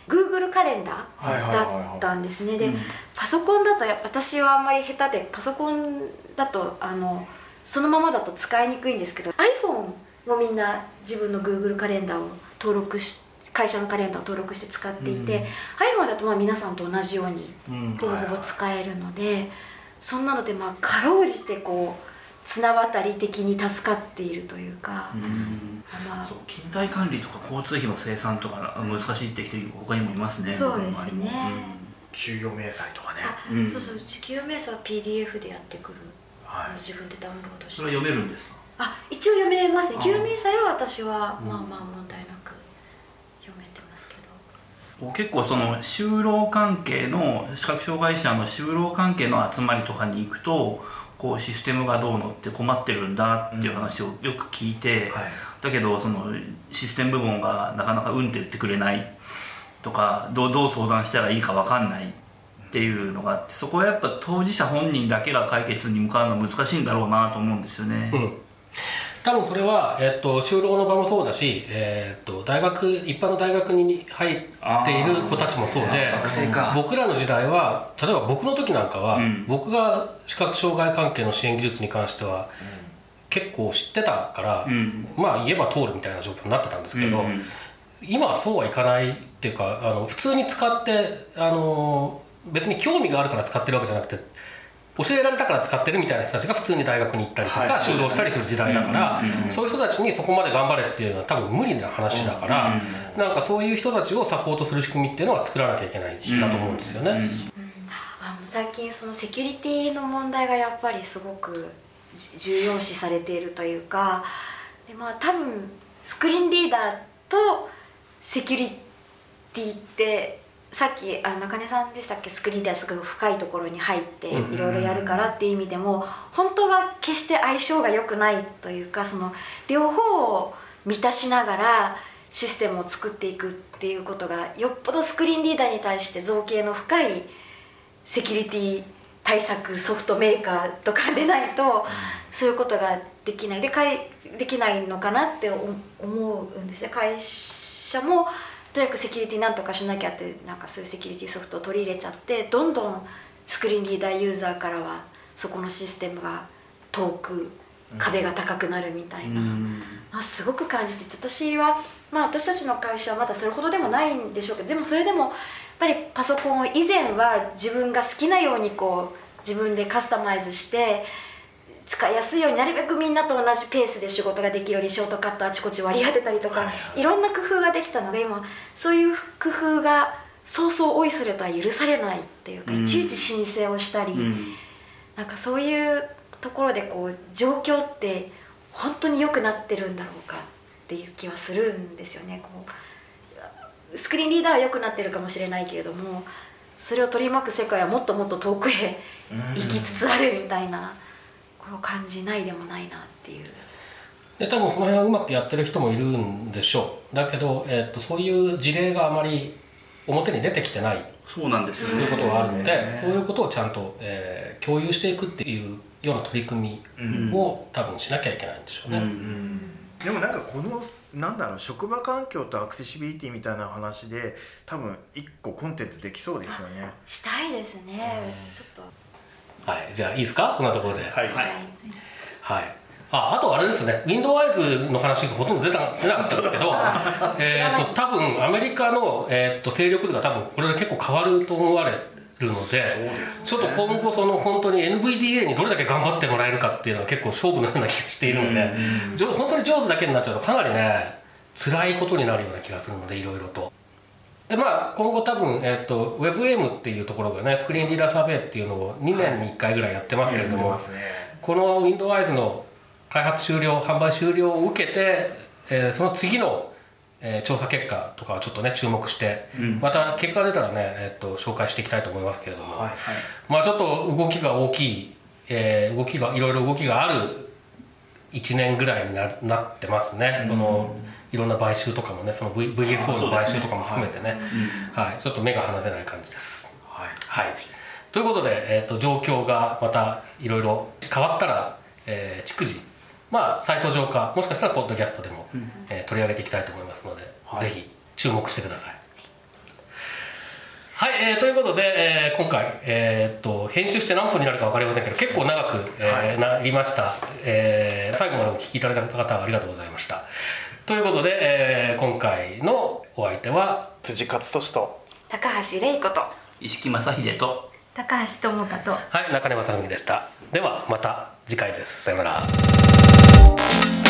Google カレンダーだったんですね。で、パソコンだと私はあんまり下手で、パソコンだとそのままだと使いにくいんですけど、 iPhone もみんな自分の Google カレンダーを登録し、会社のカレンダーを登録して使っていて、iPhone だと皆さんと同じようにほぼほぼ使えるので、そんなのでかろうじてこう綱渡り的に助かっているというか、 そう、勤怠管理とか交通費の生産とか難しいって人他にもいますね。 そうですね、 給与明細とかね。 そうそう、給与明細は PDF でやってくる、自分でダウンロードして。 それは読めるんですか？ 一応読めますね。給与明細は私は問題なく読めてますけど、 結構その就労関係の、視覚障害者の就労関係の集まりとかに行くと、こうシステムがどうのって困ってるんだっていう話をよく聞いて、だけどそのシステム部門がなかなかって言ってくれないとか、どう相談したらいいか分かんないっていうのがあって、そこはやっぱ当事者本人だけが解決に向かうのは難しいんだろうなと思うんですよね。 多分それは、就労の場もそうだし、大学、一般の大学に入っている子たちもそうで、僕らの時代は、例えば僕の時なんかは、僕が視覚障害関係の支援技術に関しては、結構知ってたから、言えば通るみたいな状況になってたんですけど、今はそうはいかないっていうか、普通に使って、別に興味があるから使ってるわけじゃなくて、教えられたから使ってるみたいな人たちが普通に大学に行ったりとか就労したりする時代だから、そういう人たちにそこまで頑張れっていうのは多分無理な話だから、なんかそういう人たちをサポートする仕組みっていうのは作らなきゃいけないんだと思うんですよね。 最近そのセキュリティの問題がやっぱりすごく重要視されているというか、で多分スクリーンリーダーとセキュリティって、さっき中根さんでしたっけ、スクリーンではすごく深いところに入っていろいろやるからっていう意味でも、本当は決して相性が良くないというか、その両方を満たしながらシステムを作っていくっていうことが、よっぽどスクリーンリーダーに対して造形の深いセキュリティ対策ソフトメーカーとかでないと、そういうことができないのかなって思うんですね。会社もとにかくセキュリティなんとかしなきゃって、なんかそういうセキュリティソフトを取り入れちゃって、どんどんスクリーンリーダーユーザーからはそこのシステムが遠く、壁が高くなるみたいな、すごく感じてて、私たちの会社はまだそれほどでもないんでしょうけど、でもそれでもやっぱりパソコンを以前は自分が好きなようにこう自分でカスタマイズして使いやすいように、なるべくみんなと同じペースで仕事ができるようにショートカットあちこち割り当てたりとか、いろんな工夫ができたのが、今そういう工夫がそうそうおいそれとは許されないっていうか、いちいち申請をしたり、なんかそういうところでこう状況って本当に良くなってるんだろうかっていう気はするんですよね。こうスクリーンリーダーは良くなってるかもしれないけれども、それを取り巻く世界はもっともっと遠くへ行きつつあるみたいなこう感じないでもないなっていう。 で多分その辺はうまくやってる人もいるんでしょう。だけど、そういう事例があまり表に出てきてないそうなんですよね、 ということがあるので、そういうことをちゃんと、共有していくっていうような取り組みを多分しなきゃいけないんでしょうね。 でもなんかこのなんだろう、職場環境とアクセシビリティみたいな話で多分一個コンテンツできそうですよね。 したいですね、ちょっと。 はい、じゃあいいですか、こんなところで。 はい、 はい、あとあれですね、Windows の話がほとんど出なかったんですけど多分アメリカの、勢力図が多分これで結構変わると思われるので、ちょっと今後その本当に NVDA にどれだけ頑張ってもらえるかっていうのは結構勝負のような気がしているので、本当に上手だけになっちゃうとかなりね辛いことになるような気がするので、いろいろと。で今後多分、WebM っていうところがね、スクリーンリーダーサーベイっていうのを2年に1回ぐらいやってますけれども、この Windows の開発終了、販売終了を受けて、その次の、調査結果とかをちょっとね注目して、また結果が出たらね、紹介していきたいと思いますけれども、ちょっと動きが大きい、いろいろ動きがある1年ぐらいに なってますね。そのいろんな買収とかもね、その VF4 の買収とかも含めてね、ちょっと目が離せない感じです。ということで、状況がまたいろいろ変わったら、逐次サイト上かもしかしたらポッドキャストでも、取り上げていきたいと思いますので、ぜひ注目してください。 はい、ということで、今回、編集して何分になるか分かりませんけど結構長く、なりました、最後までお聞きいただいた方はありがとうございました。ということで、今回のお相手は辻勝利と高橋玲子と石木正秀と高橋智香と、 はい、中根正文でした。ではまた次回です。さよなら。